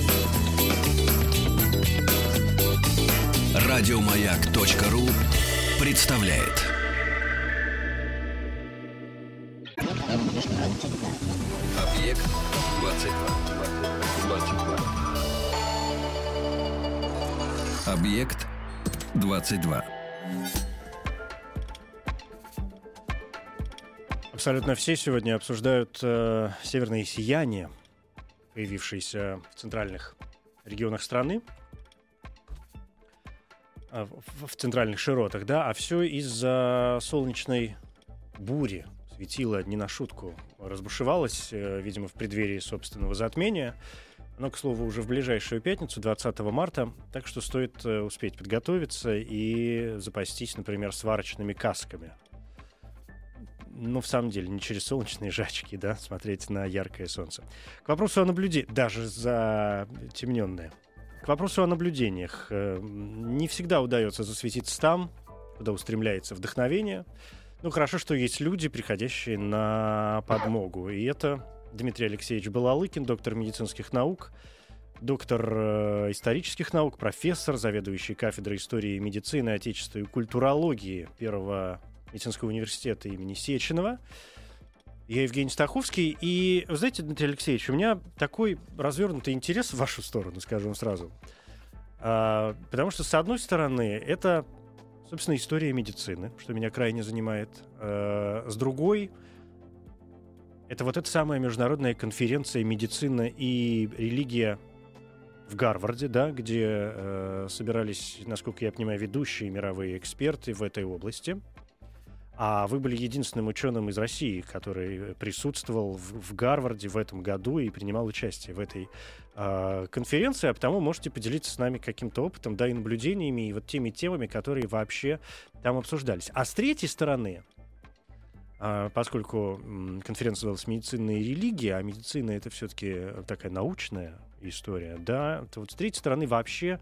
Радиомаяк.ру представляет. Объект 22. Объект 22. Абсолютно все сегодня обсуждают северное сияние, появившееся в центральных регионах страны, в центральных широтах, да, а все из-за солнечной бури. Светило не на шутку разбушевалось, видимо, в преддверии собственного затмения. Оно, к слову, уже в ближайшую пятницу, 20 марта, так что стоит успеть подготовиться и запастись, например, сварочными касками. Ну, в самом деле, не через солнечные жачки, да, смотреть на яркое солнце. К вопросу о наблюдении, даже затемненное. К вопросу о наблюдениях. Не всегда удается засветиться там, куда устремляется вдохновение. Ну, хорошо, что есть люди, приходящие на подмогу. И это Дмитрий Алексеевич Балалыкин, доктор медицинских наук, доктор исторических наук, профессор, заведующий кафедрой истории и медицины, отечества и культурологии Первого медицинского университета имени Сеченова. Я Евгений Стаховский. И, вы знаете, Дмитрий Алексеевич, у меня такой развернутый интерес в вашу сторону, скажу вам сразу. Потому что, с одной стороны, это, собственно, история медицины, что меня крайне занимает. С другой, это вот эта самая международная конференция «Медицина и религия» в Гарварде, да, где собирались, насколько я понимаю, ведущие мировые эксперты в этой области. А вы были единственным ученым из России, который присутствовал в Гарварде в этом году и принимал участие в этой конференции, а потому можете поделиться с нами каким-то опытом, да, и наблюдениями, и вот теми темами, которые вообще там обсуждались. А с третьей стороны, поскольку конференция называлась «Медицина и религия», а медицина — это все-таки такая научная история, да, то вот с третьей стороны вообще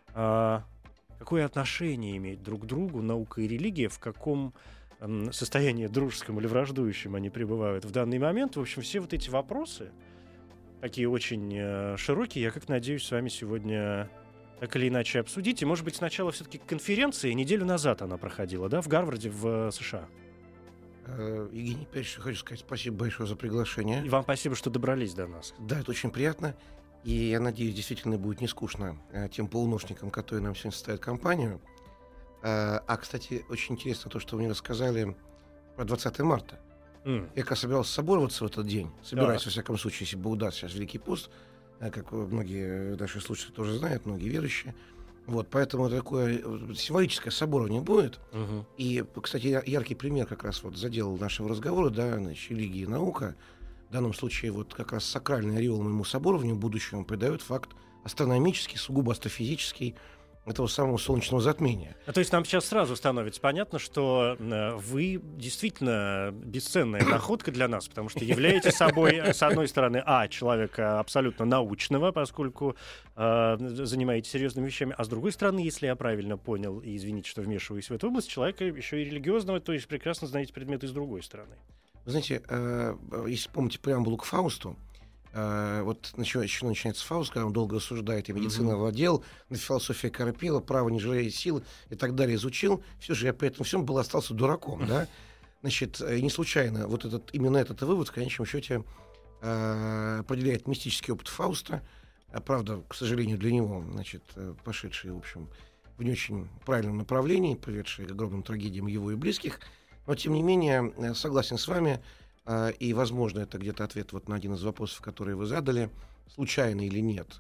какое отношение имеют друг к другу наука и религия, в каком состоянии дружеском или враждующем они пребывают в данный момент. В общем, все вот эти вопросы, такие очень широкие, я как надеюсь с вами сегодня так или иначе обсудить. И, может быть, сначала все-таки конференция, неделю назад она проходила, да, в Гарварде в США. Евгений, прежде хочу сказать спасибо большое за приглашение. И вам спасибо, что добрались до нас. Да, это очень приятно. И я надеюсь, действительно будет не скучно тем полуношникам, которые нам сегодня составят компанию. Кстати, очень интересно то, что вы мне рассказали про 20 марта. Я как раз собирался собороваться в этот день. Собираюсь, во всяком случае, если бы удастся. Сейчас Великий пост, как многие наши слушатели тоже знают, многие верующие. Вот, поэтому такое символическое соборование будет. И, кстати, яркий пример как раз вот задел нашего разговора, да, значит, религия и наука. В данном случае вот как раз сакральный ореол моему соборованию будущему придает факт астрономический, сугубо астрофизический, этого самого солнечного затмения. То есть нам сейчас сразу становится понятно, что вы действительно бесценная находка для нас, потому что являете собой, с одной стороны, человека абсолютно научного, поскольку занимаетесь серьезными вещами, а с другой стороны, если я правильно понял, и извините, что вмешиваюсь в эту область, человека еще и религиозного, то есть прекрасно знаете предметы с другой стороны. Вы знаете, если помните преамбулу к Фаусту, вот еще начинается Фауст, когда он долго рассуждает, и медицина владел, философия корпела, право не жалеет силы и так далее изучил. Все же я при этом всем остался дураком, да? Значит, не случайно вот именно этот вывод в конечном счете определяет мистический опыт Фауста, правда, к сожалению, для него, значит, пошедший, в общем, в не очень правильном направлении, приведший к огромным трагедиям его и близких. Но, тем не менее, согласен с вами, и, возможно, это где-то ответ вот на один из вопросов, которые вы задали, случайно или нет,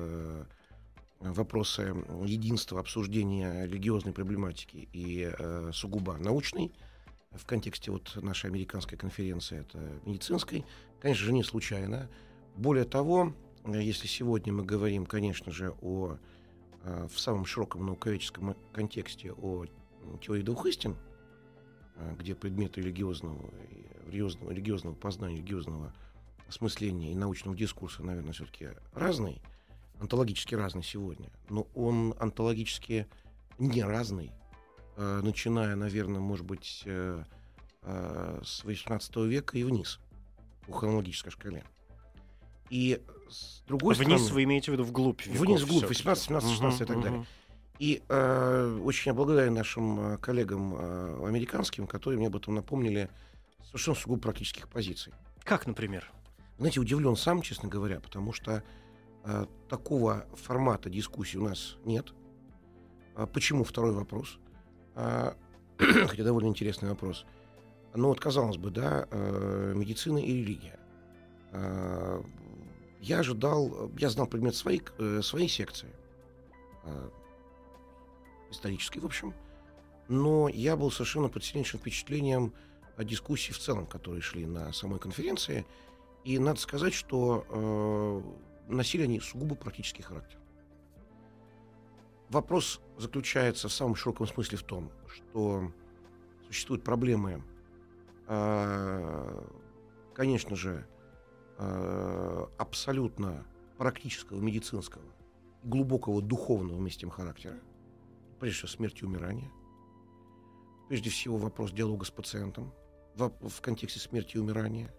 вопросы единства обсуждения религиозной проблематики и сугубо научной, в контексте вот нашей американской конференции, это медицинской, конечно же, не случайно. Более того, если сегодня мы говорим, конечно же, в самом широком науковедческом контексте о теории двух истин, где предмет религиозного познания, религиозного осмысления и научного дискурса, наверное, все-таки разный, онтологически разный сегодня, но он онтологически не разный, начиная, наверное, может быть, с XVIII века и вниз по хронологической шкале. И с другой Вниз стороны... вы имеете в виду вглубь веков? Вниз, вглубь, всё-таки. 18, 17, 16 и так далее. И очень я благодарен нашим коллегам американским, которые мне об этом напомнили с совершенно сугубо практических позиций. Как, например? Знаете, удивлен сам, честно говоря, потому что такого формата дискуссии у нас нет. Почему? Второй вопрос. Хотя довольно интересный вопрос. Ну вот, казалось бы, да, медицина и религия. Я знал предмет своей секции, исторической, в общем, но я был совершенно под сильнейшим впечатлением от дискуссий в целом, которые шли на самой конференции. И надо сказать, что носили они сугубо практический характер. Вопрос заключается в самом широком смысле в том, что существуют проблемы, конечно же, абсолютно практического, медицинского, глубокого духовного вместе с тем характера. Прежде всего, смерть и умирание. Прежде всего, вопрос диалога с пациентом в контексте смерти и умирания.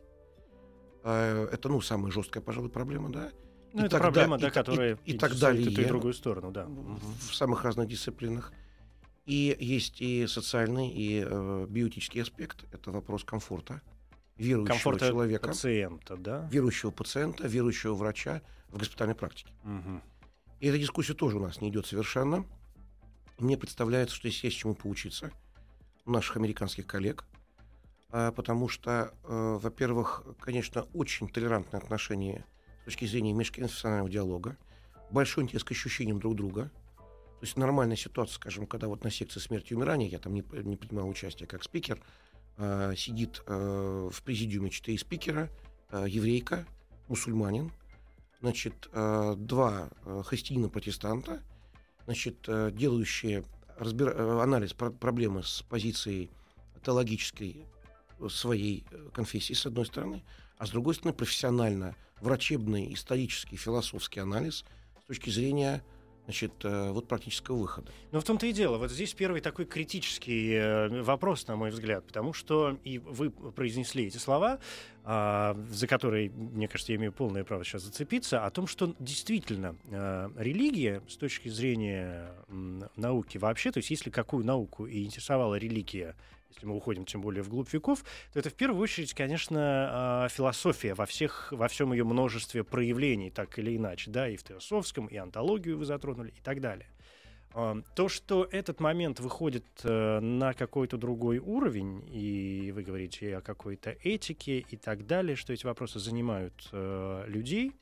Это, самая жесткая, пожалуй, проблема, да. Ну, это проблема, да, которая и так далее, и другую сторону, да. В самых разных дисциплинах. И есть и социальный, и биоэтический аспект. Это вопрос комфорта верующего человека, пациента, да? Верующего пациента, верующего врача в госпитальной практике. И эта дискуссия тоже у нас не идет совершенно. Мне представляется, что здесь есть чему поучиться у наших американских коллег, потому что, во-первых, конечно, очень толерантное отношение с точки зрения межконфессионального диалога, большой интерес к ощущениям друг друга. То есть нормальная ситуация, скажем, когда вот на секции смерти и умирания, я там не принимал участие как спикер, сидит в президиуме 4 спикера, еврейка, мусульманин, значит, 2 христианина-протестанта, значит, делающие анализ проблемы с позицией теологической своей конфессии, с одной стороны, а с другой стороны, профессионально врачебный, исторический, философский анализ с точки зрения, значит, вот практического выхода. Но в том-то и дело. Вот здесь первый такой критический вопрос, на мой взгляд, потому что и вы произнесли эти слова, за которые, мне кажется, я имею полное право сейчас зацепиться, о том, что действительно религия с точки зрения науки вообще, то есть если какую науку и интересовала религия, если мы уходим тем более вглубь веков, то это в первую очередь, конечно, философия во всем ее множестве проявлений, так или иначе, да, и в теософском, и онтологию вы затронули, и так далее. То, что этот момент выходит на какой-то другой уровень, и вы говорите о какой-то этике и так далее, что эти вопросы занимают людей,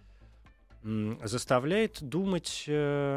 заставляет думать...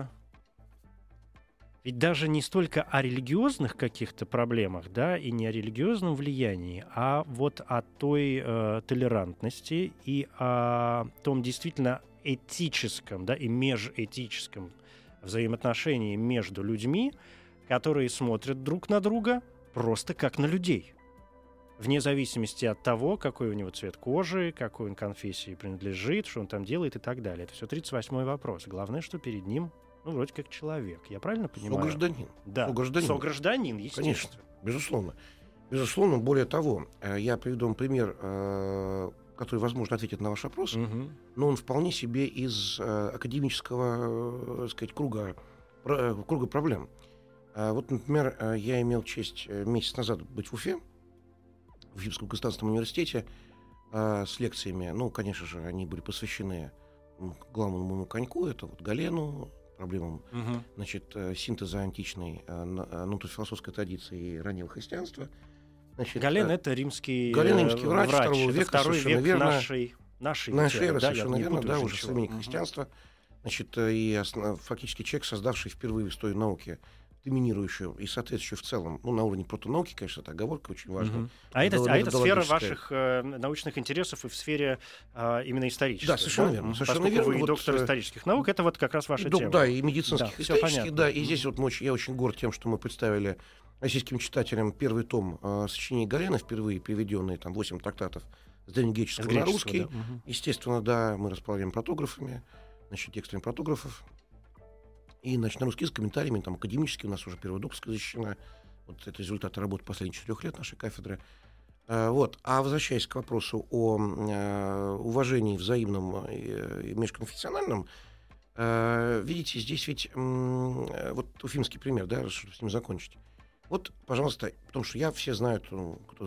Ведь даже не столько о религиозных каких-то проблемах, да, и не о религиозном влиянии, а вот о той толерантности и о том действительно этическом, да, и межэтическом взаимоотношении между людьми, которые смотрят друг на друга просто как на людей. Вне зависимости от того, какой у него цвет кожи, какой он конфессии принадлежит, что он там делает и так далее. Это все 38-й вопрос. Главное, что перед ним вроде как человек. Я правильно понимаю? Согражданин. Да, согражданин, естественно. Конечно, безусловно. Безусловно, более того, я приведу вам пример, который, возможно, ответит на ваш вопрос, но он вполне себе из академического, так сказать, круга проблем. Вот, например, я имел честь месяц назад быть в Уфе, в Уфимском государственном университете, с лекциями. Ну, конечно же, они были посвящены главному моему коньку, это вот Галену, проблемам, значит, синтеза античной философской традиции и раннего христианства. Значит, Гален — это римский врач 2 века, совершенно верно. Нашей эры, да, совершенно верно, да, уже современник христианства. Значит, и фактически человек, создавший впервые в истории науки доминирующую и соответствующую в целом, на уровне протонауки, конечно, это оговорка очень важная. А это сфера ваших научных интересов и в сфере именно исторической. Да, совершенно верно. Поскольку вы доктор исторических наук, это вот как раз ваша тема. Да, и медицинских, исторических, да. И здесь вот я очень горд тем, что мы представили российским читателям первый том сочинений Галена, впервые переведенный, там 8 трактатов с древнегреческого на русский. Да. Естественно, да, мы располагаем протографами, значит, текстами протографов. И, значит, на русский с комментариями, там, академически у нас уже первая докторская защищена. Вот это результаты работы последних 4 лет нашей кафедры. Вот. А возвращаясь к вопросу о уважении взаимном и межконфессиональном, видите, здесь ведь вот уфимский пример, да, чтобы с ним закончить. Вот, пожалуйста, потому что все знают, кто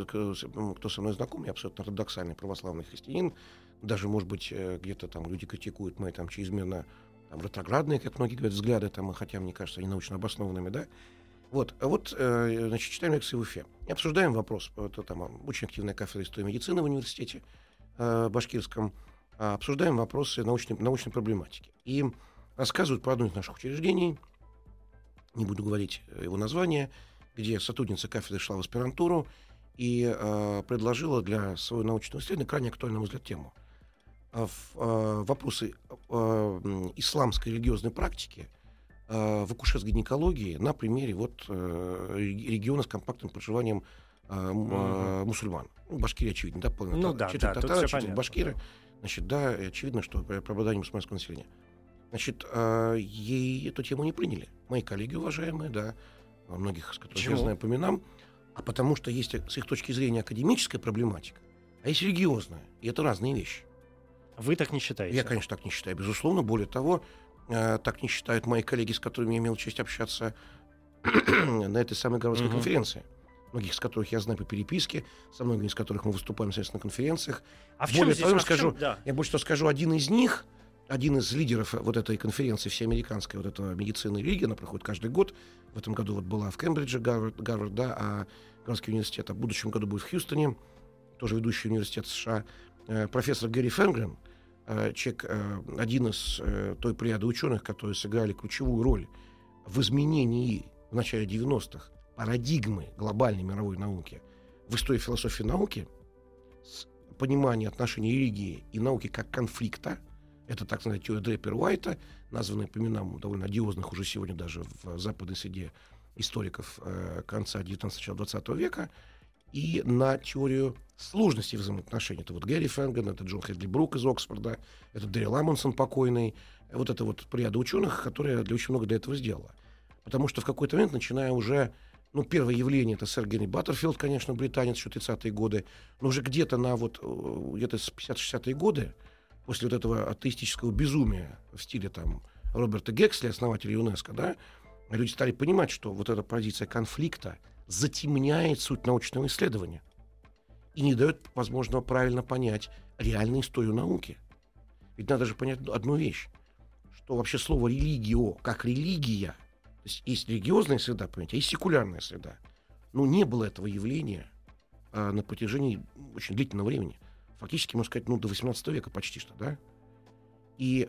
со мной знаком, я абсолютно ортодоксальный православный христианин, даже, может быть, где-то там люди критикуют мои там чрезмерно там, ретроградные, как многие говорят, взгляды, там, хотя, мне кажется, они научно обоснованными, да. Вот, значит, читаем лекции в Уфе и обсуждаем вопрос, это там очень активная кафедра истории медицины в университете башкирском, обсуждаем вопросы научной проблематики. И рассказывают про одно из наших учреждений, не буду говорить его название, где сотрудница кафедры шла в аспирантуру и предложила для своего научного исследования крайне актуальную, на мой взгляд, тему. Вопросы исламской религиозной практики в акушерской гинекологии на примере вот, региона с компактным проживанием мусульман. Башкирия, очевидно, да, полная. Четверть татары, четверть башкиры. Значит, да, очевидно, что преобладание мусульманского населения. Значит, ей эту тему не приняли. Мои коллеги уважаемые, да, многих, с которых я знаю по именам, а потому что есть с их точки зрения академическая проблематика, а есть религиозная, и это разные вещи. Вы так не считаете? Я, конечно, так не считаю, безусловно. Более того, так не считают мои коллеги, с которыми я имел честь общаться на этой самой Гарвардской конференции. Многих из которых я знаю по переписке, со многими из которых мы выступаем, соответственно, на конференциях. А в чем Более здесь? того, скажу, я больше того скажу, один из них, один из лидеров вот этой конференции всеамериканской, вот этого медицины и религии, она проходит каждый год. В этом году вот была в Кембридже, Гарвард, да, а Гарвардский университет, а в будущем году будет в Хьюстоне, тоже ведущий университет США. Профессор Гэри Фенгрен, человек, один из той плеяды ученых, которые сыграли ключевую роль в изменении в начале 90-х парадигмы глобальной мировой науки в истории философии науки, с понимания отношений религии и науки как конфликта. Это так называемая теория Дрейпер-Уайта, названная по именам довольно одиозных уже сегодня даже в западной среде историков конца 19-го, начала 20 века, и на теорию сложности взаимоотношений. Это вот Гэри Фенгрен, это Джон Хедли Брук из Оксфорда, это Дэрил Амундсен покойный. Вот это вот плеяда ученых, которая для очень много для этого сделала. Потому что в какой-то момент, начиная уже, первое явление, это сэр Генри Баттерфилд, конечно, британец, еще 30-е годы, но уже где-то где-то с 50-60-е годы, после вот этого атеистического безумия в стиле там Роберта Гексли, основателя ЮНЕСКО, да, люди стали понимать, что вот эта позиция конфликта затемняет суть научного исследования и не дает возможного правильно понять реальную историю науки. Ведь надо же понять одну вещь, что вообще слово «религио» как религия, то есть религиозная среда, понимаете, а есть секулярная среда. Не было этого явления на протяжении очень длительного времени. Фактически, можно сказать, до 18 века почти что, да? И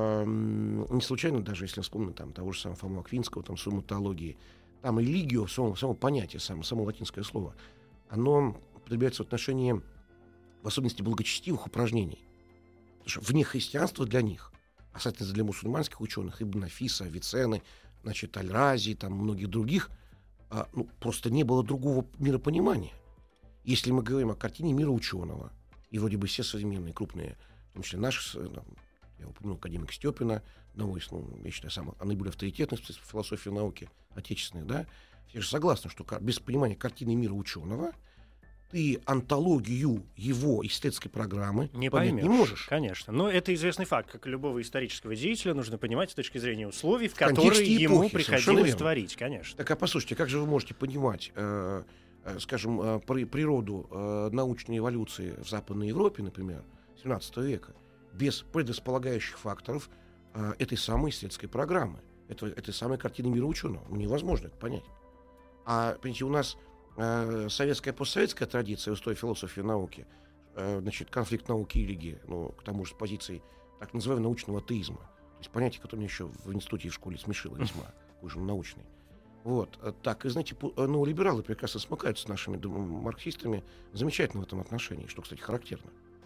не случайно, даже если вспомнить там того же самого Фому Аквинского, там, сумму теологии, там религио, само понятие, само латинское слово, оно употребляется в отношении, в особенности, благочестивых упражнений. Потому что вне христианства для них, а, соответственно, для мусульманских ученых, Ибн Нафиса, Авиценны, значит, Аль-Рази, там, многих других, просто не было другого миропонимания. Если мы говорим о картине мира ученого, и вроде бы все современные, крупные, в том числе наши, я упомянул академика Степина, одного из, я считаю, самых наиболее авторитетных в философии науки отечественных, да, все же согласны, что без понимания картины мира ученого ты антологию его исследовательской программы не понять поймешь, не можешь. Конечно. Но это известный факт. Как любого исторического деятеля, нужно понимать с точки зрения условий, в которые ему приходилось творить, конечно. Так, а послушайте, как же вы можете понимать, скажем, природу научной эволюции в Западной Европе, например, 17 века, без предрасполагающих факторов этой самой исследовательской программы, этой самой картины мира ученого? Невозможно это понять. А, понимаете, у нас советская, постсоветская традиция в истории философии науки, значит, конфликт науки и религии, к тому же с позицией так называемого научного атеизма. То есть понятие, которое меня еще в институте и в школе смешило весьма, уже научный. Вот, так, и знаете, либералы прекрасно смыкаются с нашими марксистами, замечательно в этом отношении, что, кстати, характерно.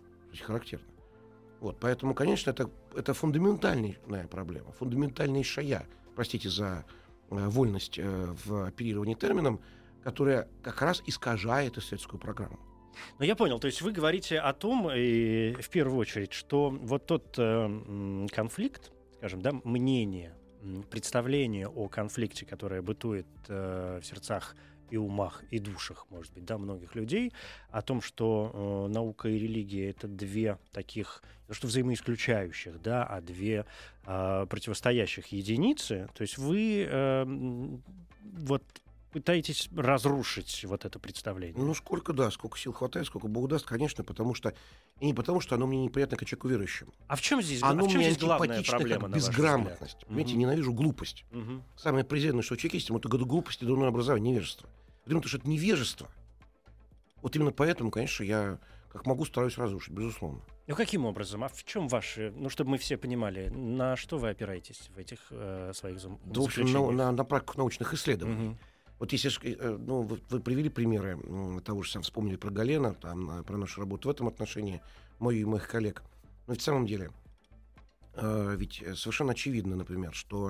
Вот, поэтому, конечно, это фундаментальная проблема, фундаментальнейшая, простите за вольность в оперировании термином, которая как раз искажает исследовательскую программу. Ну, я понял. То есть вы говорите о том, и в первую очередь, что вот тот конфликт, скажем, да, мнение, представление о конфликте, которое бытует в сердцах и умах, и душах, может быть, да, многих людей, о том, что наука и религия — это две таких, не то что взаимоисключающих, да, а две противостоящих единицы. То есть вы вот пытаетесь разрушить вот это представление. Ну, сколько сил хватает, сколько Бог даст, конечно, потому что... И не потому, что оно мне неприятно как человеку верующему. А в чем здесь, Оно мне главная антипатично, проблема, как на ваш безграмотность. взгляд? Понимаете, ненавижу глупость. Самое презренное, что у человека есть, это глупость и дурное образование, невежество. Я думаю, что это невежество. Вот именно поэтому, конечно, я как могу стараюсь разрушить, безусловно. Ну, каким образом? А в чем ваши... Ну, чтобы мы все понимали, на что вы опираетесь в этих своих Да, в общем, на практику научных исследований. Вот если вы привели примеры того же, вспомнили про Галена, про нашу работу в этом отношении, мою и моих коллег. Но в самом деле, ведь совершенно очевидно, например, что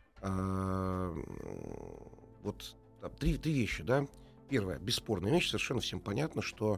вот три вещи, да. Первая, бесспорная вещь, совершенно всем понятно, что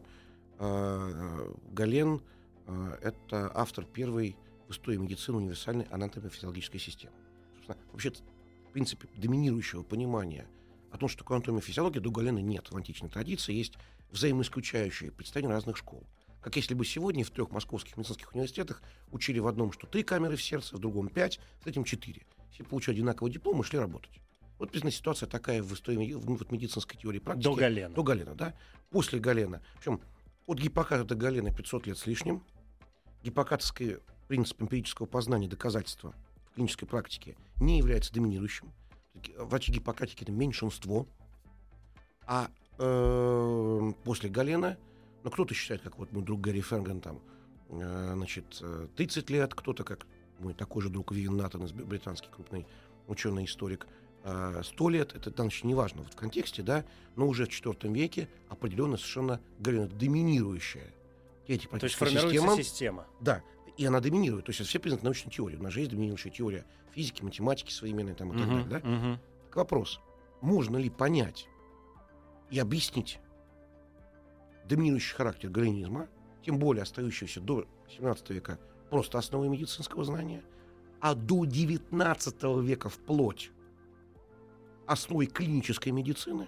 Гален это автор первой в истории медицины универсальной анатомио-физиологической системы. Собственно, вообще, в принципе, доминирующего понимания о том, что такое анатомия и физиология, до Галена нет в античной традиции, есть взаимоисключающие представления разных школ. Как если бы сегодня в 3 московских медицинских университетах учили в одном, что 3 камеры в сердце, в другом 5, с этим 4. Все получили одинаковый диплом и шли работать. Вот признана ситуация такая в истории в медицинской теории практики. До Галена. До Галена, да. После Галена. Причем от Гиппократа до Галена 500 лет с лишним. Гиппократовский принцип эмпирического познания доказательства в клинической практике не является доминирующим. Врачи Гиппократики — это меньшинство. А после Галена, кто-то считает, как вот мой друг Гарри Ферган, 30 лет, кто-то, как мой такой же друг Вивен Наттон, британский крупный ученый-историк, 100 лет, это там еще не важно в контексте, да, но уже в IV веке определенно совершенно доминирующая то есть формируется система. Да, и она доминирует. То есть это все признаки научной теории. У нас же есть доминирующая теория физики, математики современной и так далее. Да? Так вопрос, можно ли понять и объяснить доминирующий характер галенизма, тем более остающийся до XVII века просто основой медицинского знания, а до XIX века вплоть основой клинической медицины.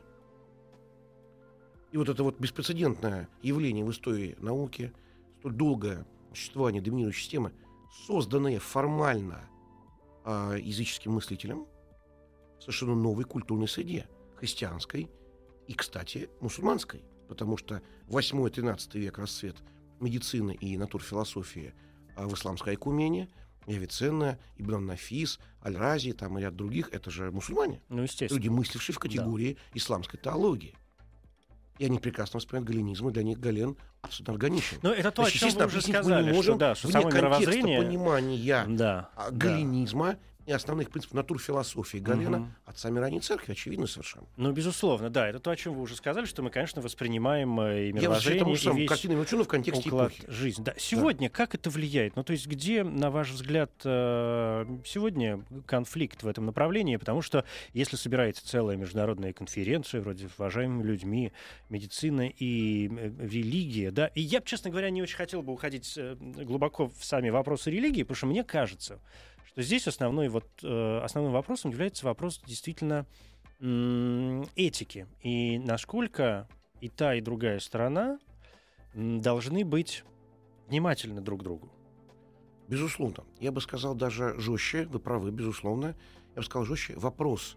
И вот это вот беспрецедентное явление в истории науки, столь долгое существование доминирующей системы, созданное формально языческим мыслителем в совершенно новой культурной среде, христианской и, кстати, мусульманской, потому что 8-13 век расцвет медицины и натурфилософии в исламской айкумене, и Авиценна, Ибн Нафис, Аль-Рази, и ряд других, это же мусульмане. Ну, естественно. Люди, мыслившие в категории исламской теологии. И они прекрасно воспринимают галенизм, и для них Гален абсолютно органичен. Но это то, о чем вы уже сказали, что само мировоззрение... понимания галенизма и основных принципов натурфилософии Галена, отца мира и церкви, очевидно совершенно. Ну, безусловно, да. Это то, о чем вы уже сказали, что мы, конечно, воспринимаем и мировоззрение, и весь картинами ученого в контексте уклад эпохи. Жизни. Да. Сегодня как это влияет? Ну, то есть где, на ваш взгляд, сегодня конфликт в этом направлении? Потому что если собирается целая международная конференция, вроде уважаемыми людьми, медицина и религия, да, и я, честно говоря, не очень хотел бы уходить глубоко в сами вопросы религии, потому что мне кажется, что здесь основным вопросом является вопрос действительно этики. И насколько и та, и другая сторона должны быть внимательны друг к другу. Безусловно. Я бы сказал даже жестче, вы правы, безусловно. Я бы сказал жестче. Вопрос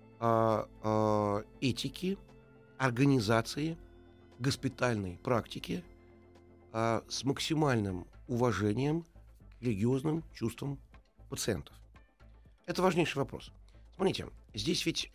этики, организации, госпитальной практики с максимальным уважением к религиозным чувствам пациентов. Это важнейший вопрос. Смотрите, здесь ведь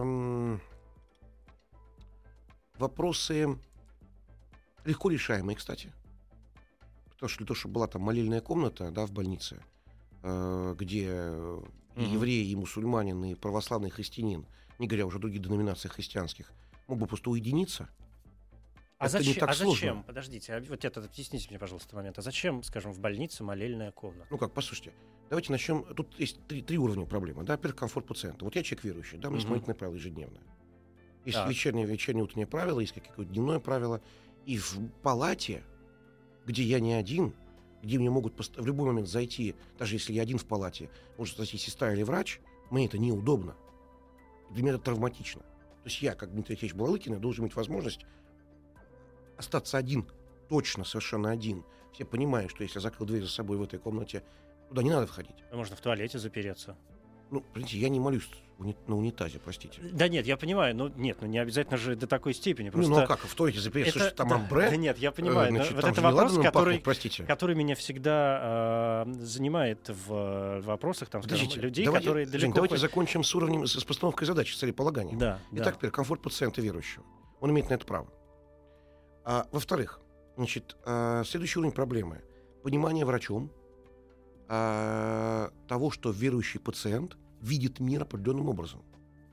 вопросы легко решаемые, кстати. Потому что для того, чтобы была там молельная комната, да, в больнице, где и еврей, и мусульманин, и православный христианин, не говоря уже о других деноминациях христианских, мог бы просто уединиться. А зачем? Подождите, вот это объясните мне, пожалуйста, момент. А зачем, скажем, в больнице молельная комната? Ну как, послушайте, давайте начнем. Тут есть три уровня проблемы. Да? Во-первых, комфорт пациента. Вот я человек верующий, да, у меня исполнительное правило ежедневное. Есть вечернее утреннее правило, есть какое-то дневное правило. И в палате, где я не один, где мне могут в любой момент зайти, даже если я один в палате, может зайти сестра или врач, мне это неудобно. Для меня это травматично. То есть я, как Дмитрий Алексеевич Балалыкин, должен иметь возможность остаться один, точно, совершенно один. Все понимают, что если я закрыл дверь за собой в этой комнате, туда не надо входить. Можно в туалете запереться. Ну, понимаете, я не молюсь на унитазе, простите. Да нет, я понимаю, но нет, не обязательно же до такой степени. Просто Ну а как, в туалете запереться, слушайте, там амбре? Да нет, я понимаю, значит, вот там это же не вопрос, ладаном который, простите. который меня всегда занимает в вопросах, там, скажем, Подождите, людей, давайте, которые Жень, далеко... давайте закончим с уровнем, с постановкой задачи, целеполагания. Да, Итак, теперь комфорт пациента верующего. Он имеет на это право. Во-вторых, значит, следующий уровень проблемы. Понимание врачом того, что верующий пациент видит мир определенным образом.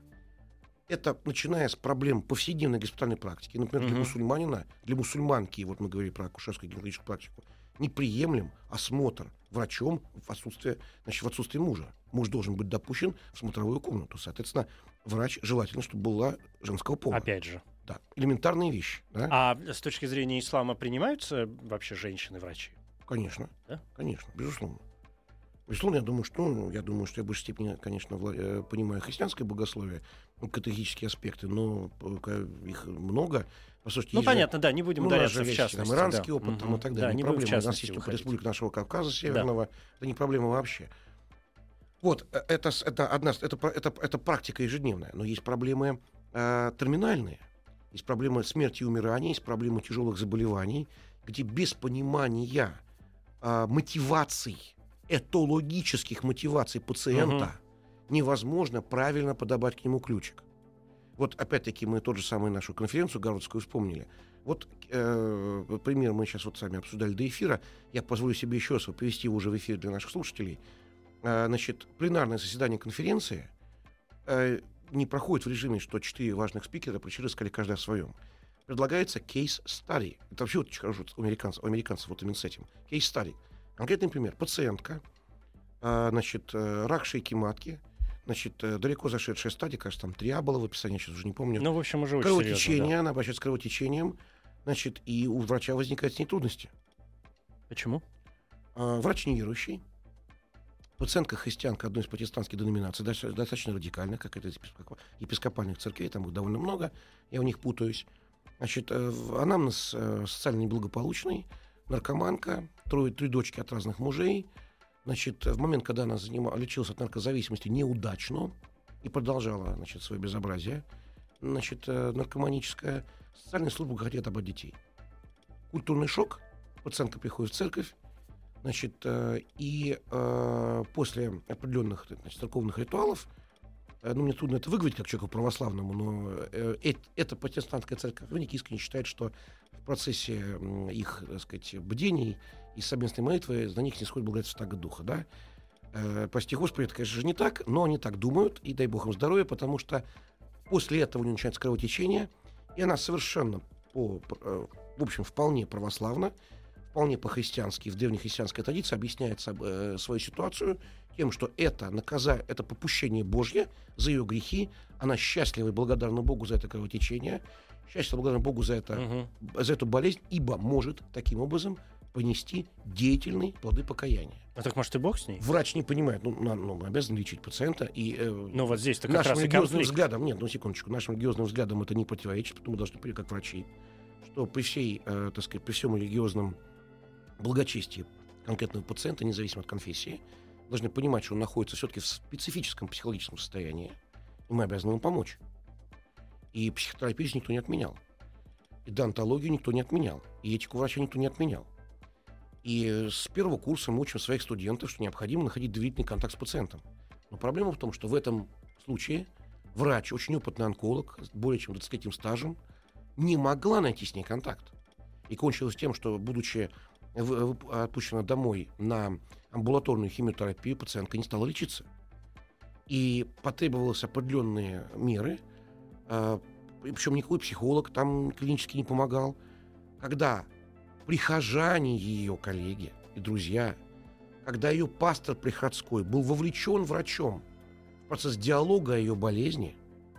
Это начиная с проблем повседневной госпитальной практики. Например, для мусульманина, для мусульманки, вот мы говорили про акушерскую гинекологическую практику, неприемлем осмотр врачом в отсутствие мужа. Муж должен быть допущен в смотровую комнату. Соответственно, врач желательно, чтобы была женского пола. Опять же. Да, элементарные вещи. Да? А с точки зрения ислама принимаются вообще женщины-врачи? Конечно, да? Конечно, безусловно. Безусловно, я думаю, что я в большей степени, конечно, понимаю христианское богословие, катехические аспекты, но их много. Послушайте, понятно, да, не будем ударяться в частности. Там, иранский опыт там, и так далее. Да, не проблема. У нас есть республика нашего Кавказа Северного. Это не проблема вообще. Вот, это практика ежедневная. Но есть проблемы терминальные. Есть проблемы смерти и умирания, есть проблемы тяжелых заболеваний, где без понимания мотиваций, этологических мотиваций пациента невозможно правильно подобрать к нему ключик. Вот опять-таки мы тот же самый нашу конференцию Гарвардскую вспомнили. Вот пример мы сейчас вот сами обсуждали до эфира. Я позволю себе еще раз привести его уже в эфир для наших слушателей. Значит, пленарное заседание конференции не проходит в режиме, что 4 важных спикера рассказали каждый о своем. Предлагается case study. Это вообще очень хорошо у американцев вот именно с этим. Case study. Конкретный пример. Пациентка, рак шейки матки, далеко зашедшая стадия, кажется, там 3А было в описании, сейчас уже не помню. Ну, в общем, уже очень кровотечение, серьезно, да. Она обращается с кровотечением, и у врача возникают с ней трудности. Почему? Врач неверующий. Пациентка христианка одной из протестантских деноминаций, достаточно радикальных, как это из епископальных церквей, там их довольно много, я в них путаюсь. Анамнез социально неблагополучный, наркоманка, 3 дочки от разных мужей. В момент, когда она лечилась от наркозависимости неудачно и продолжала, свое безобразие, наркоманическое, социальная служба говорит об детей. Культурный шок, пациентка приходит в церковь, и после определенных церковных ритуалов, мне трудно это выговорить как человеку православному, но эта протестантская церковь искренне считает, что в процессе их, бдений и совместной молитвы на них не сходит благодать Святаго Духа. Да? Прости Господи, это, конечно же, не так, но они так думают, и дай Бог им здоровья, потому что после этого у нее начинается кровотечение, и она совершенно, в общем, вполне православна, вполне по-христиански, в древнехристианской традиции объясняет свою ситуацию тем, что это попущение Божье за ее грехи. Она счастлива и благодарна Богу за это кровотечение, счастлива и благодарна Богу за эту болезнь, ибо может таким образом понести деятельные плоды покаяния. А так, может, и Бог с ней? Врач не понимает, мы обязаны лечить пациента. Но вот здесь-то как нашим раз и религиозным конфликт. взглядом, нашим религиозным взглядам это не противоречит, потому мы должны, как врачи, что при всем религиозном благочестие конкретного пациента, независимо от конфессии, должны понимать, что он находится все-таки в специфическом психологическом состоянии, и мы обязаны ему помочь. И психотерапию никто не отменял. И деонтологию никто не отменял. И этику врача никто не отменял. И с первого курса мы учим своих студентов, что необходимо находить доверительный контакт с пациентом. Но проблема в том, что в этом случае врач, очень опытный онколог, с более чем 20-летним стажем, не могла найти с ней контакт. И кончилось тем, что, будучи отпущена домой на амбулаторную химиотерапию, пациентка не стала лечиться. И потребовались определенные меры, причем никакой психолог там клинически не помогал. Когда прихожане ее, коллеги и друзья, когда ее пастор приходской был вовлечен врачом в процесс диалога о ее болезни,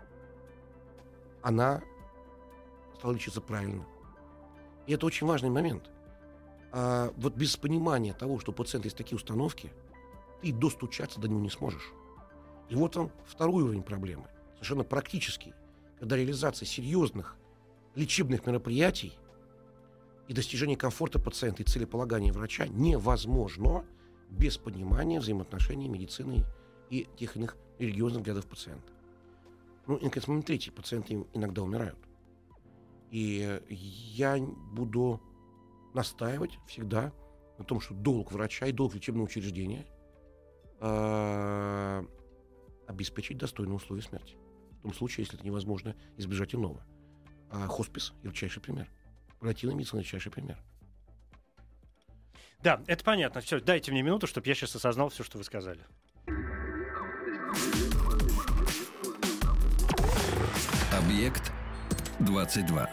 она стала лечиться правильно. И это очень важный момент. Вот без понимания того, что у пациента есть такие установки, ты достучаться до него не сможешь. И вот он второй уровень проблемы, совершенно практический, когда реализация серьезных лечебных мероприятий и достижение комфорта пациента и целеполагания врача невозможно без понимания взаимоотношений медицины и тех иных религиозных взглядов пациента. Ну, и, наконец, момент третий. Пациенты иногда умирают. И я буду настаивать всегда на том, что долг врача и долг лечебного учреждения обеспечить достойные условия смерти. В том случае, если это невозможно избежать иного. Хоспис — ярчайший пример. Паллиативная медицина — ярчайший пример. Да, это понятно. Все, дайте мне минуту, чтобы я сейчас осознал все, что вы сказали. Объект 22.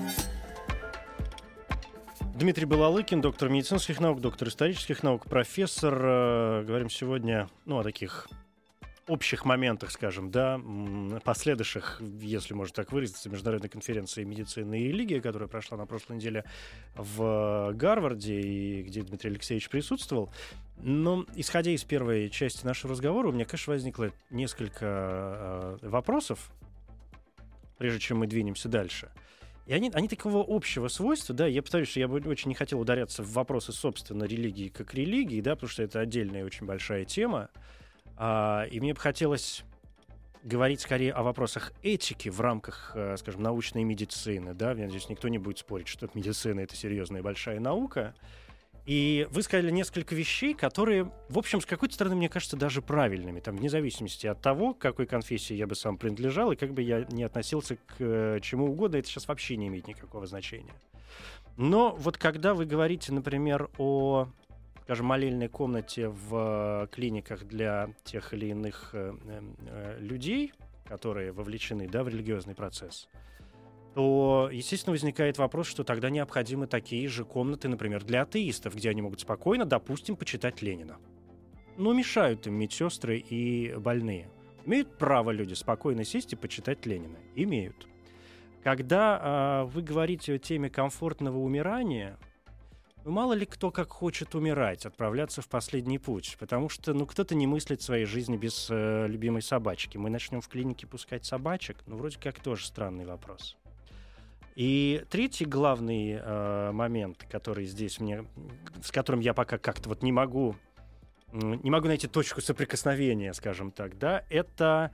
Дмитрий Балалыкин, доктор медицинских наук, доктор исторических наук, профессор. Говорим сегодня, о таких общих моментах, скажем, да, последующих, если можно так выразиться, международной конференции «Медицина и религия», которая прошла на прошлой неделе в Гарварде, и где Дмитрий Алексеевич присутствовал. Но, исходя из первой части нашего разговора, у меня, конечно, возникло несколько вопросов, прежде чем мы двинемся дальше. И они такого общего свойства, да, я повторюсь, что я бы очень не хотел ударяться в вопросы, собственно, религии как религии, да, потому что это отдельная очень большая тема. И мне бы хотелось говорить скорее о вопросах этики в рамках, скажем, научной медицины. Да? Здесь никто не будет спорить, что медицина — это серьезная и большая наука. И вы сказали несколько вещей, которые, в общем, с какой-то стороны, мне кажется, даже правильными. Там, вне зависимости от того, к какой конфессии я бы сам принадлежал, и как бы я ни относился к чему угодно, это сейчас вообще не имеет никакого значения. Но вот когда вы говорите, например, о, скажем, молельной комнате в клиниках для тех или иных людей, которые вовлечены, да, в религиозный процесс, то, естественно, возникает вопрос, что тогда необходимы такие же комнаты, например, для атеистов, где они могут спокойно, допустим, почитать Ленина. Но мешают им медсестры и больные. Имеют право люди спокойно сесть и почитать Ленина? Имеют. Когда вы говорите о теме комфортного умирания, мало ли кто как хочет умирать, отправляться в последний путь. Потому что, кто-то не мыслит своей жизни без любимой собачки. Мы начнем в клинике пускать собачек? Вроде как тоже странный вопрос. И третий главный момент, который здесь с которым я пока как-то не могу найти точку соприкосновения, скажем так, да, это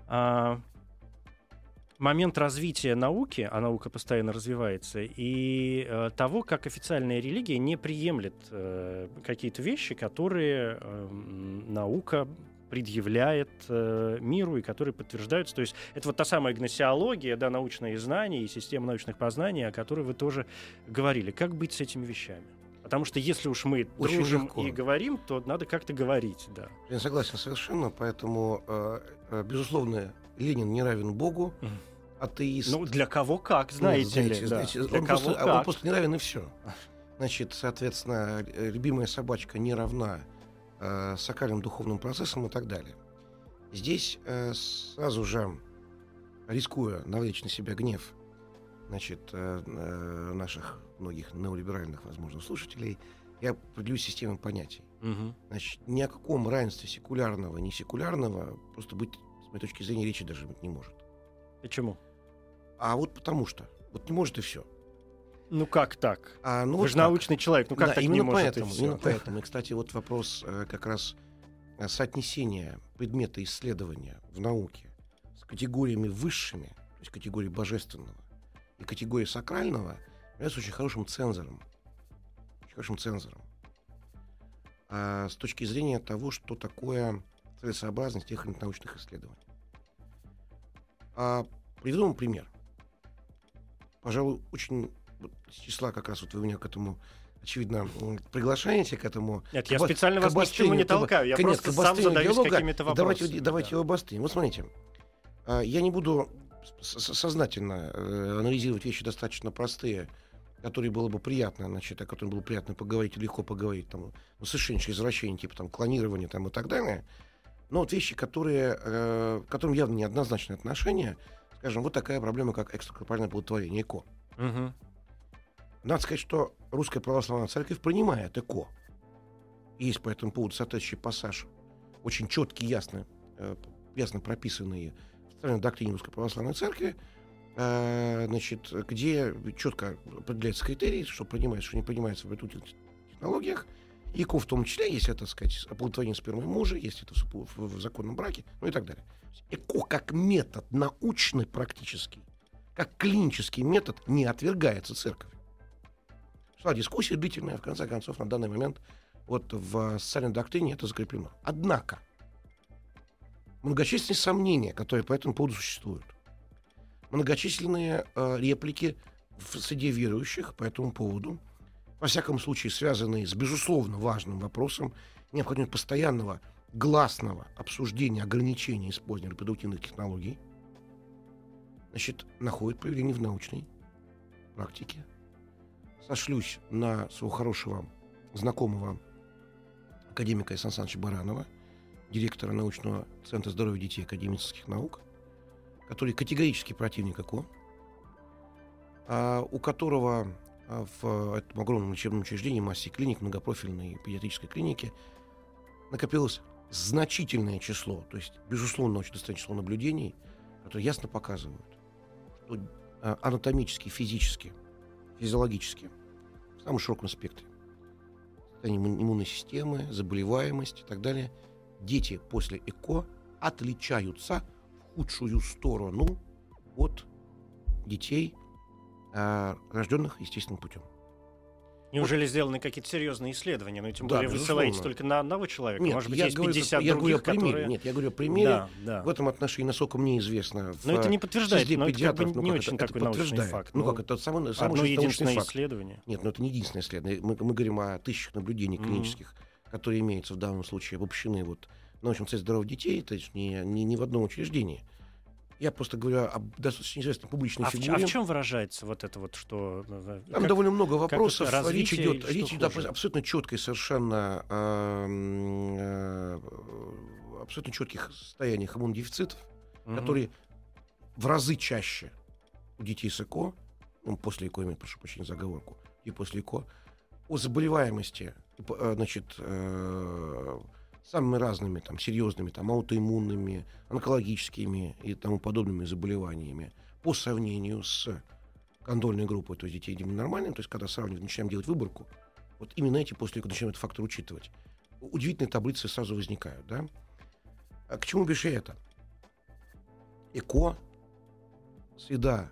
момент развития науки, а наука постоянно развивается, и того, как официальная религия не приемлет какие-то вещи, которые наука предъявляет миру и которые подтверждаются. То есть это та самая гносеология, да, научные знания и система научных познаний, о которой вы тоже говорили. Как быть с этими вещами? Потому что если уж мы очень дружим легко и говорим, то надо как-то говорить. Да. Я согласен совершенно, поэтому, безусловно, Ленин не равен Богу, атеист. Для кого как, знаете ли. Да. Он просто не равен, и все. Значит, соответственно, любимая собачка не равна сакральным духовным процессам и так далее. Здесь сразу же, рискуя навлечь на себя гнев, значит, наших многих неолиберальных, возможно, слушателей, я определю систему понятий. Угу. Значит, ни о каком равенстве секулярного, не секулярного просто быть, с моей точки зрения, речи даже быть не может. Почему? А вот потому что. Вот не может и все. Как так? Вы же так. Научный человек, как да, так не может и все? Именно поэтому. И, кстати, вот вопрос как раз соотнесения предмета исследования в науке с категориями высшими, то есть категорией божественного и категорией сакрального, является очень хорошим цензором. Очень хорошим цензором. С точки зрения того, что такое целесообразность тех или иных научных исследований. Приведу вам пример. Пожалуй, очень с числа как раз вы меня к этому, очевидно, приглашаете к этому. Нет, я специально вас ни к чему не толкаю. Я просто сам задаюсь какими-то вопросами. Давайте его обострим. Вот смотрите. Я не буду сознательно анализировать вещи достаточно простые, которые было бы приятно, о которых было приятно поговорить, легко поговорить, совершеннейшие извращения, типа клонирования и так далее. Но вот вещи, к которым явно неоднозначное отношение, скажем, вот такая проблема, как экстракорпоральное оплодотворение, ЭКО. Угу. Надо сказать, что Русская Православная Церковь принимает ЭКО. Есть по этому поводу соответствующий пассаж, очень четкий, ясно прописанный социальной доктрине Русской Православной Церкви, значит, где четко определяются критерии, что принимается, что не принимается в репродуктивных технологиях, ЭКО в том числе, если это, так сказать, оплодотворение спермы мужа, если это в законном браке, ну и так далее. ЭКО как метод научный практический, как клинический метод не отвергается церковью. Шла дискуссия длительная, в конце концов, на данный момент вот в социальной доктрине это закреплено. Однако многочисленные сомнения, которые по этому поводу существуют, многочисленные реплики в среде верующих по этому поводу, во всяком случае связанные с безусловно важным вопросом необходимости постоянного гласного обсуждения ограничения использования репродуктивных технологий, значит, находит проявление в научной практике. Сошлюсь на своего хорошего знакомого академика Сан Саныча Баранова, директора научного центра здоровья детей Академии медицинских наук, который категорически противник ЭКО, у которого в этом огромном лечебном учреждении, массе клиник, многопрофильной педиатрической клинике накопилось значительное число, то есть, безусловно, очень достаточное число наблюдений, которые ясно показывают, что анатомически, физически, физиологически, в самом широком спектре, состояние иммунной системы, заболеваемость и так далее, дети после ЭКО отличаются в худшую сторону от детей, рожденных естественным путем. Неужели сделаны какие-то серьезные исследования? Ну, тем Да, более вы безусловно. ссылаетесь только на одного человека. Нет, Может быть, я есть говорю, 50 я говорю о других, примере. которые... Нет, я говорю о примере. Да, да. В этом отношении, насколько мне известно, Но это не подтверждает, среди но это как бы педиатров, не очень такой научный подтверждает. факт. Ну, как это самый одно научный единственное факт. исследование. Нет, но это не единственное исследование. Мы говорим о тысячах наблюдений клинических, которые имеются в данном случае, обобщены вот в научном центре здоровья детей, то есть не в одном учреждении. Я просто говорю об достаточно известной публичной фигуре. А в чем выражается вот это вот, что... Там довольно много вопросов. Речь идет абсолютно четкой, совершенно абсолютно четких состояниях иммунодефицитов, которые в разы чаще у детей с ЭКО, ну, после ЭКО, прошу прощения за оговорку, и после ЭКО, о заболеваемости, значит, самыми разными, там, серьезными, там, аутоиммунными, онкологическими и тому подобными заболеваниями по сравнению с кондольной группой, то есть детей нормальными, то есть когда сравниваем, начинаем делать выборку, вот именно эти после начинаем этот фактор учитывать. Удивительные таблицы сразу возникают, да? А к чему бишь это? ЭКО, среда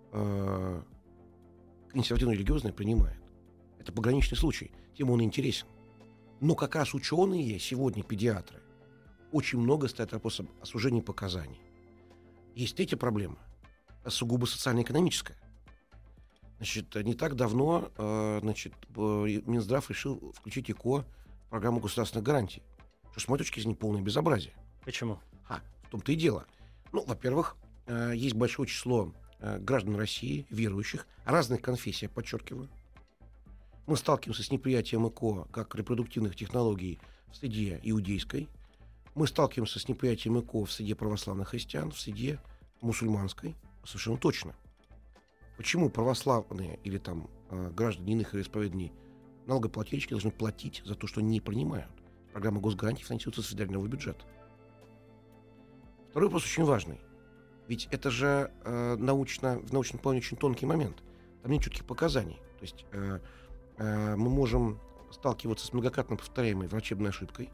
консервативно-религиозная принимает. Это пограничный случай, тем он интересен. Но как раз ученые, сегодня педиатры, очень много ставят вопрос о сужении показаний. Есть третья проблема, сугубо социально-экономическая. Значит, не так давно Минздрав решил включить ЭКО в программу государственных гарантий, что, с моей точки зрения, полное безобразие. Почему? В том-то и дело. Ну, во-первых, есть большое число граждан России, верующих, разных конфессий, я подчеркиваю. Мы сталкиваемся с неприятием ЭКО как репродуктивных технологий в среде иудейской. Мы сталкиваемся с неприятием ЭКО в среде православных христиан, в среде мусульманской. Совершенно точно. Почему православные или там граждане иных вероисповеданий налогоплательщики должны платить за то, что не принимают? Программа госгарантий финансируется с федерального бюджета. Второй вопрос очень важный. Ведь это же в научном плане очень тонкий момент. Там нет четких показаний. То есть мы можем сталкиваться с многократно повторяемой врачебной ошибкой.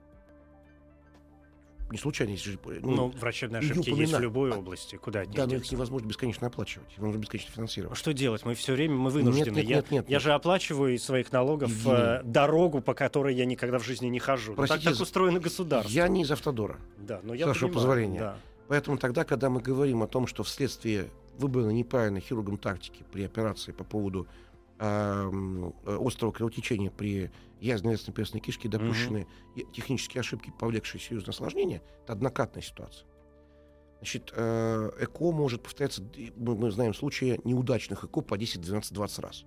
Не случайно, если врачебные ошибки есть в любой области. Куда от них да, но деться? их невозможно бесконечно оплачивать. Их невозможно бесконечно финансировать. Что делать? Мы вынуждены. Нет. Я же оплачиваю из своих налогов дорогу, по которой я никогда в жизни не хожу. Простите, так устроено государство. Я не из автодора. Да, но с я вашего понимаю, позволения. Да. Поэтому тогда, когда мы говорим о том, что вследствие выбранной неправильной хирургом тактики при операции по поводу острого кровотечения при язвенно-перстной кишке допущены технические ошибки, повлекшие серьезное осложнение, это однократная ситуация. Значит, ЭКО может повторяться, мы знаем случаи неудачных ЭКО по 10, 12, 20 раз.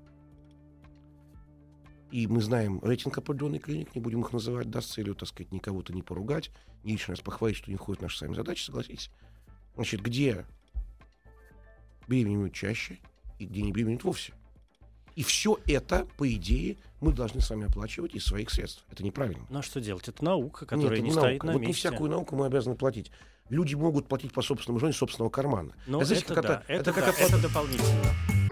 И мы знаем рейтинг определенных клиник, не будем их называть, да, с целью, так сказать, никого-то не поругать, не лишний раз похвалить, что не входит в наши сами задачи, согласитесь. Значит, где беременеют чаще и где не беременеют вовсе. И все это, по идее, мы должны с вами оплачивать из своих средств. Это неправильно. Ну а что делать? Это наука, которая Нет, не это стоит наука. на Вот месте. не всякую науку мы обязаны платить. Люди могут платить по собственному желанию собственного кармана. Ну, знаете, это дополнительно.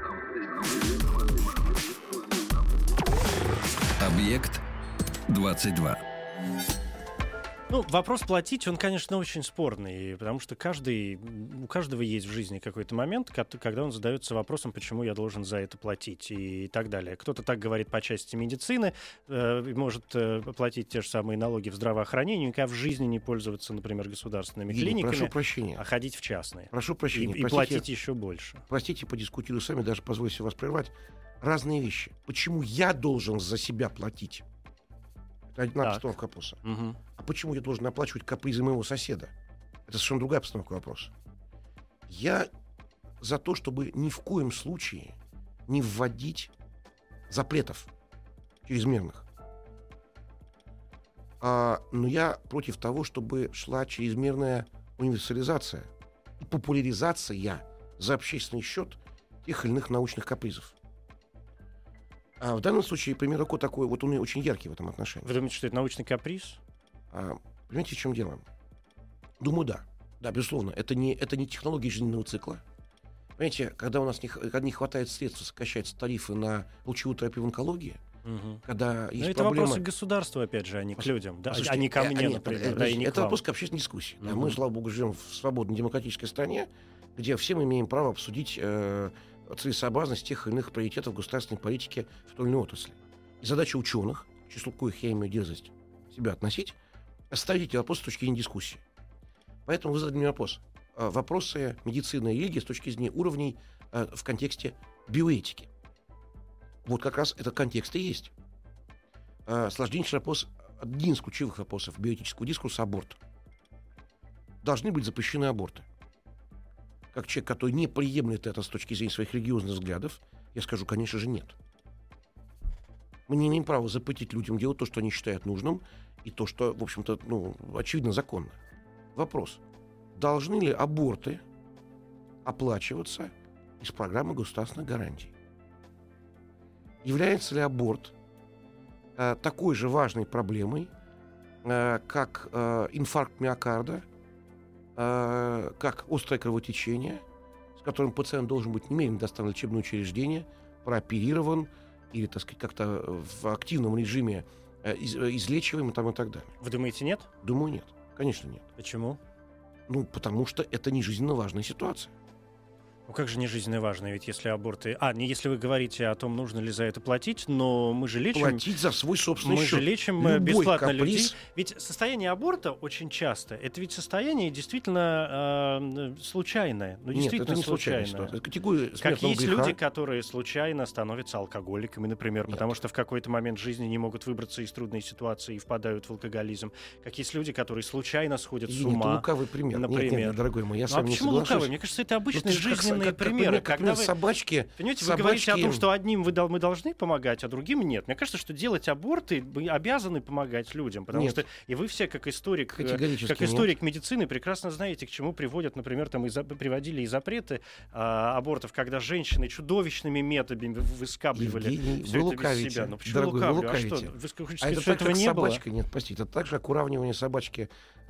Объект 22. Ну, вопрос платить, он, конечно, очень спорный, потому что у каждого есть в жизни какой-то момент, когда он задается вопросом, почему я должен за это платить и так далее. Кто-то так говорит по части медицины, может платить те же самые налоги в здравоохранении, никогда в жизни не пользоваться, например, государственными клиниками, прошу прощения. а ходить в частные. Прошу прощения. И платить еще больше. Простите, подискутирую с вами, даже позвольте вас прервать. Разные вещи. Почему я должен за себя платить? Это одна постановка вопроса. Угу. А почему я должен оплачивать капризы моего соседа? Это совершенно другая постановка вопроса. Я за то, чтобы ни в коем случае не вводить запретов чрезмерных. Но я против того, чтобы шла чрезмерная универсализация и популяризация за общественный счет тех или иных научных капризов. А в данном случае пример руку такой, вот он и очень яркий в этом отношении. Вы думаете, что это научный каприз? Понимаете, в чем дело? Думаю, да. Да, безусловно. Это не технология жизненного цикла. Понимаете, когда у нас не хватает средств сокращать тарифы на лучевую терапию в онкологии, когда есть это проблема... вопросы к государству, опять же, а не к людям. Да? А не ко мне, например. Это вопрос к общественной дискуссии. Да, мы, слава богу, живем в свободной демократической стране, где все мы имеем право обсудить целесообразность тех или иных приоритетов государственной политики в той или иной отрасли. И задача ученых, к числу коих я имею дерзость себя относить, ставить эти вопросы с точки зрения дискуссии. Поэтому вы задали мне вопрос. Вопросы медицины и религии с точки зрения уровней в контексте биоэтики. Вот как раз этот контекст и есть. Сложнейший вопрос, один из ключевых вопросов биоэтического дискурса — аборт. Должны быть запрещены аборты. Как человек, который не приемлет это с точки зрения своих религиозных взглядов, я скажу, конечно же, нет. Мы не имеем права запретить людям делать то, что они считают нужным, и то, что, в общем-то, очевидно, законно. Вопрос. Должны ли аборты оплачиваться из программы государственных гарантий? Является ли аборт такой же важной проблемой, как инфаркт миокарда, как острое кровотечение, с которым пациент должен быть немедленно доставлен в лечебное учреждение, прооперирован или, так сказать, как-то в активном режиме излечиваем и так далее. Вы думаете, нет? Думаю, нет. Конечно, нет. Почему? Потому что это не жизненно важная ситуация. Ну как же не жизненно важно, ведь если аборты... не если вы говорите о том, нужно ли за это платить, но мы же лечим... Платить за свой собственный счет. Мы же лечим любой бесплатно каприз... людей. Ведь состояние аборта очень часто, это ведь состояние действительно случайное. Ну, действительно это не случайное. Это категория как есть греха. люди, которые случайно становятся алкоголиками, например, потому что в какой-то момент жизни не могут выбраться из трудной ситуации и впадают в алкоголизм. Как есть люди, которые случайно сходят с ума. Это лукавый пример. Например. Нет, дорогой мой, я с вами не почему соглашусь. лукавый? Мне кажется, это обычные жизненные примеры. Когда собачки... Понимаете, вы говорите о том, что одним мы должны помогать, а другим нет. Мне кажется, что делать аборты мы обязаны помогать людям, потому что и вы все, как историк медицины, прекрасно знаете, к чему приводят, например, там приводили и запреты абортов, когда женщины чудовищными методами выскабливали все это из себя. Почему лукавлю? А что? Вы хотите сказать, что этого не было? Нет, простите, это также как уравнивание собачки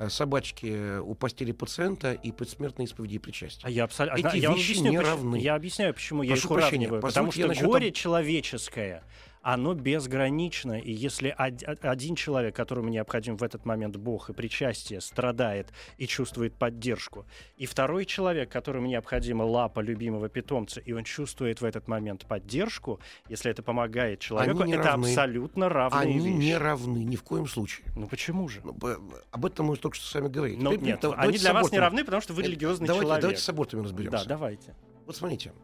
у постели пациента и предсмертной исповеди и причастия. Эти вещи не равны. Я объясняю, почему я их уравниваю. Потому что горе человеческое, оно безгранично. И если один человек, которому необходим в этот момент Бог и причастие, страдает и чувствует поддержку, и второй человек, которому необходима лапа любимого питомца, и он чувствует в этот момент поддержку, если это помогает человеку, это равны. Абсолютно равные вещи. Они не равны ни в коем случае. Почему же? Об этом мы только что с вами говорили. Нет, они для вас не равны, потому что вы религиозный человек. Давайте с абортами разберемся. Да, давайте. Вот смотрите,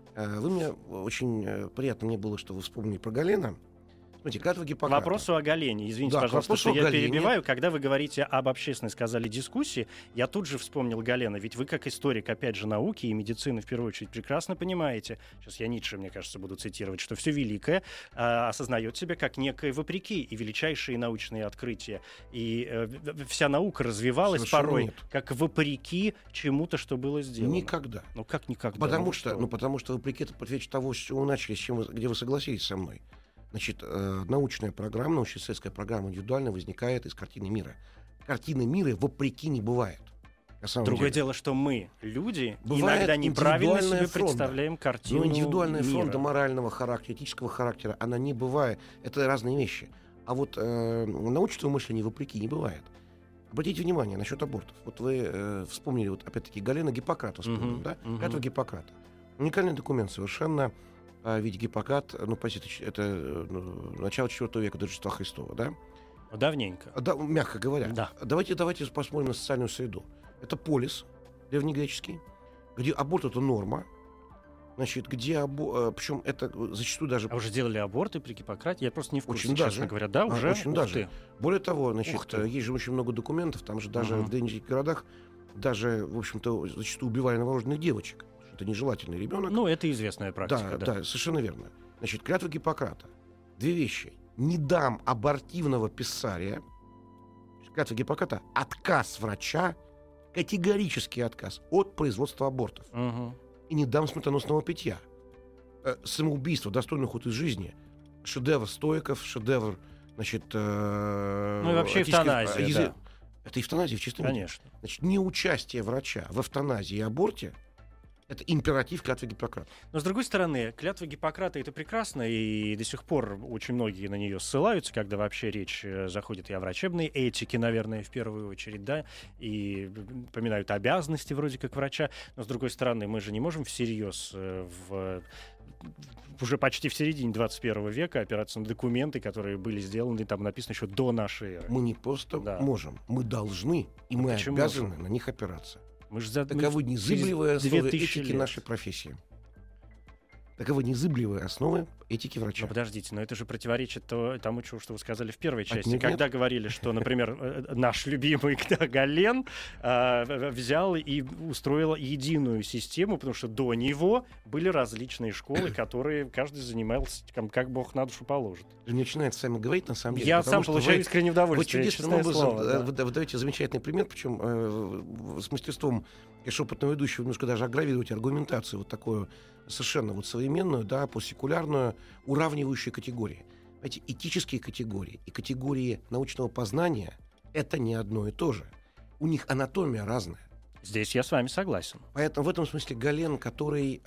очень приятно мне было, что вы вспомнили про Галена. Смотрите, клятва Гиппократа. К вопросу о Галене. Извините, пожалуйста, что я перебиваю. Когда вы говорите об общественной, сказали, дискуссии, я тут же вспомнил Галена. Ведь вы, как историк, опять же, науки и медицины, в первую очередь, прекрасно понимаете, сейчас я Ницше, мне кажется, буду цитировать, что все великое осознает себя как некое вопреки, и величайшие научные открытия. И вся наука развивалась совершенно порой как вопреки чему-то, что было сделано. Никогда. Как никогда? Потому что вопреки это противоречит того, с чего вы начали, где вы согласились со мной. Значит, научная программа, научно-исследовательская программа индивидуально возникает из картины мира. Картины мира вопреки не бывает. Другое дело, что мы, люди, Бывает иногда неправильно себе индивидуальная фронта. представляем картину Но индивидуальная мира. фронта морального характера, этического характера, она не бывает. Это разные вещи. А вот научного мышления вопреки не бывает. Обратите внимание насчет абортов. Вот вы вспомнили, вот опять-таки, Галена Гиппократа вспомнили, да? Клятва Гиппократа. Уникальный документ совершенно. Ведь Гиппократ, простите, это начало IV века до Рождества Христова, да? Давненько. Да, мягко говоря. Да. Давайте посмотрим на социальную среду. Это полис древнегреческий, где аборт — это норма. Значит, где причем это зачастую даже... А уже делали аборты при Гиппократе? Я просто не в курсе, Очень честно даже. говоря. Да, уже? Очень Ух даже. ты. Более того, значит, есть же очень много документов, там же даже в древних городах даже, в общем-то, зачастую убивали новорожденных девочек. Это нежелательный ребенок. Ну, это известная практика. Да, совершенно верно. Значит, клятва Гиппократа. Две вещи. Не дам абортивного писария. Клятва Гиппократа. Отказ врача, категорический отказ от производства абортов. И не дам смертоносного питья. Самоубийство, достойный уход из жизни. Шедевр стоиков, шедевр, значит... Ну и вообще эвтаназия, да. Это эвтаназия в чистом виде. Конечно. Значит, неучастие врача в эвтаназии и аборте — это императив клятвы Гиппократа. Но, с другой стороны, клятва Гиппократа — это прекрасно, и до сих пор очень многие на нее ссылаются, когда вообще речь заходит и о врачебной этике, наверное, в первую очередь, да, и поминают обязанности вроде как врача. Но, с другой стороны, мы же не можем всерьез уже почти в середине 21 века опираться на документы, которые были сделаны, там написано еще до нашей эры. Мы не просто можем, мы должны, и мы обязаны на них опираться. Таковы незыблемые основы этики нашей профессии. Таковы незыблемые основы этики врача. Но подождите, но это же противоречит тому, что вы сказали в первой части. Нет, когда говорили, что, например, наш любимый Гален взял и устроил единую систему, потому что до него были различные школы, которые каждый занимался, как Бог на душу положит. Начинает с вами говорить, на самом деле. Я сам получаю искреннее удовольствие. Вы чудесным образом вы даете замечательный пример, причем с мастерством, конечно, опытного ведущего немножко даже агравируете аргументацию вот такую совершенно вот современную, да, постсекулярную, уравнивающую категории. Знаете, этические категории и категории научного познания — это не одно и то же. У них анатомия разная. Здесь я с вами согласен. Поэтому в этом смысле Гален, который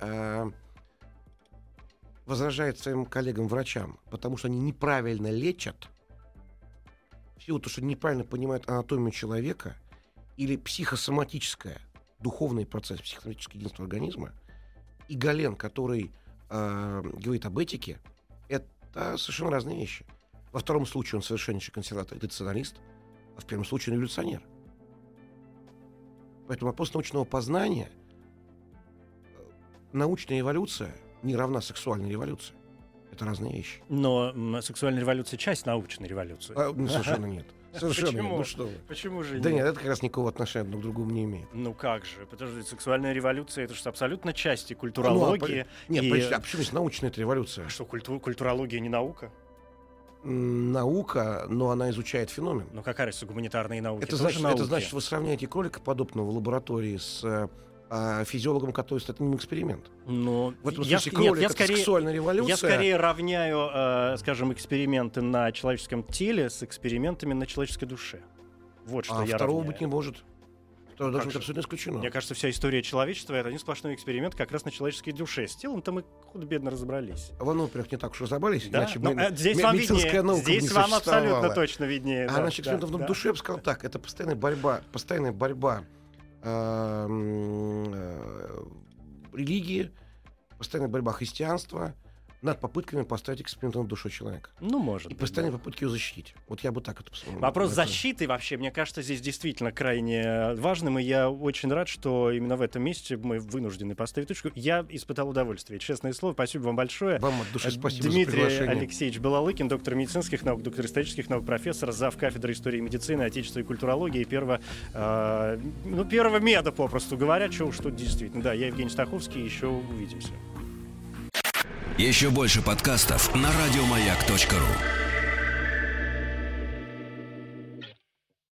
возражает своим коллегам-врачам, потому что они неправильно лечат, в силу того, что неправильно понимают анатомию человека или психосоматическое, духовный процесс, психосоматическое единство организма, и Гален, который говорит об этике, это совершенно разные вещи. Во втором случае он совершеннейший консерватор и традиционалист, а в первом случае он революционер. Поэтому вопрос научного познания, научная эволюция не равна сексуальной революции. Это разные вещи. Но сексуальная революция — часть научной революции. Совершенно нет. Совершенно Почему? нет. Ну что вы. Почему же Да нет, это как раз никакого отношения друг к другу не имеет. Ну как же? Потому что сексуальная революция — это же абсолютно часть культурологии. Нет, а почему здесь научная это революция? Что, культурология не наука? Наука, но она изучает феномен. Ну какая разница, гуманитарные науки? Это значит, вы сравняете кролика подобного в лаборатории с физиологом, который стоит на эксперимент. Но в этом смысле кролик — это сексуальная революция. Я скорее равняю, скажем, эксперименты на человеческом теле с экспериментами на человеческой душе. Вот что я второго равняю. быть не может. Второе должно быть абсолютно исключено. Мне кажется, вся история человечества — это один сплошной эксперимент как раз на человеческой душе. С телом-то мы худо-бедно разобрались. Вы, во-первых, не так уж разобрались. Да? Иначе здесь вам медицинская наука здесь не вам абсолютно точно виднее. А значит, в душе я бы сказал так. Это постоянная борьба религии, постоянная борьба христианства над попытками поставить эксперимент над душой человека. Ну, может и постоянные попытки ее защитить. Вот я бы так это посмотрел. Вопрос защиты вообще, мне кажется, здесь действительно крайне важным, и я очень рад, что именно в этом месте мы вынуждены поставить точку. Я испытал удовольствие, честное слово. Спасибо вам большое. Вам от души спасибо Дмитрий за приглашение. Алексеевич Балалыкин, доктор медицинских наук, доктор исторических наук, профессор, зав. Кафедры истории и медицины, отечества и культурологии, первого меда, попросту говоря, что тут действительно. Да, я Евгений Стаховский, еще увидимся. Еще больше подкастов на радиомаяк.ру.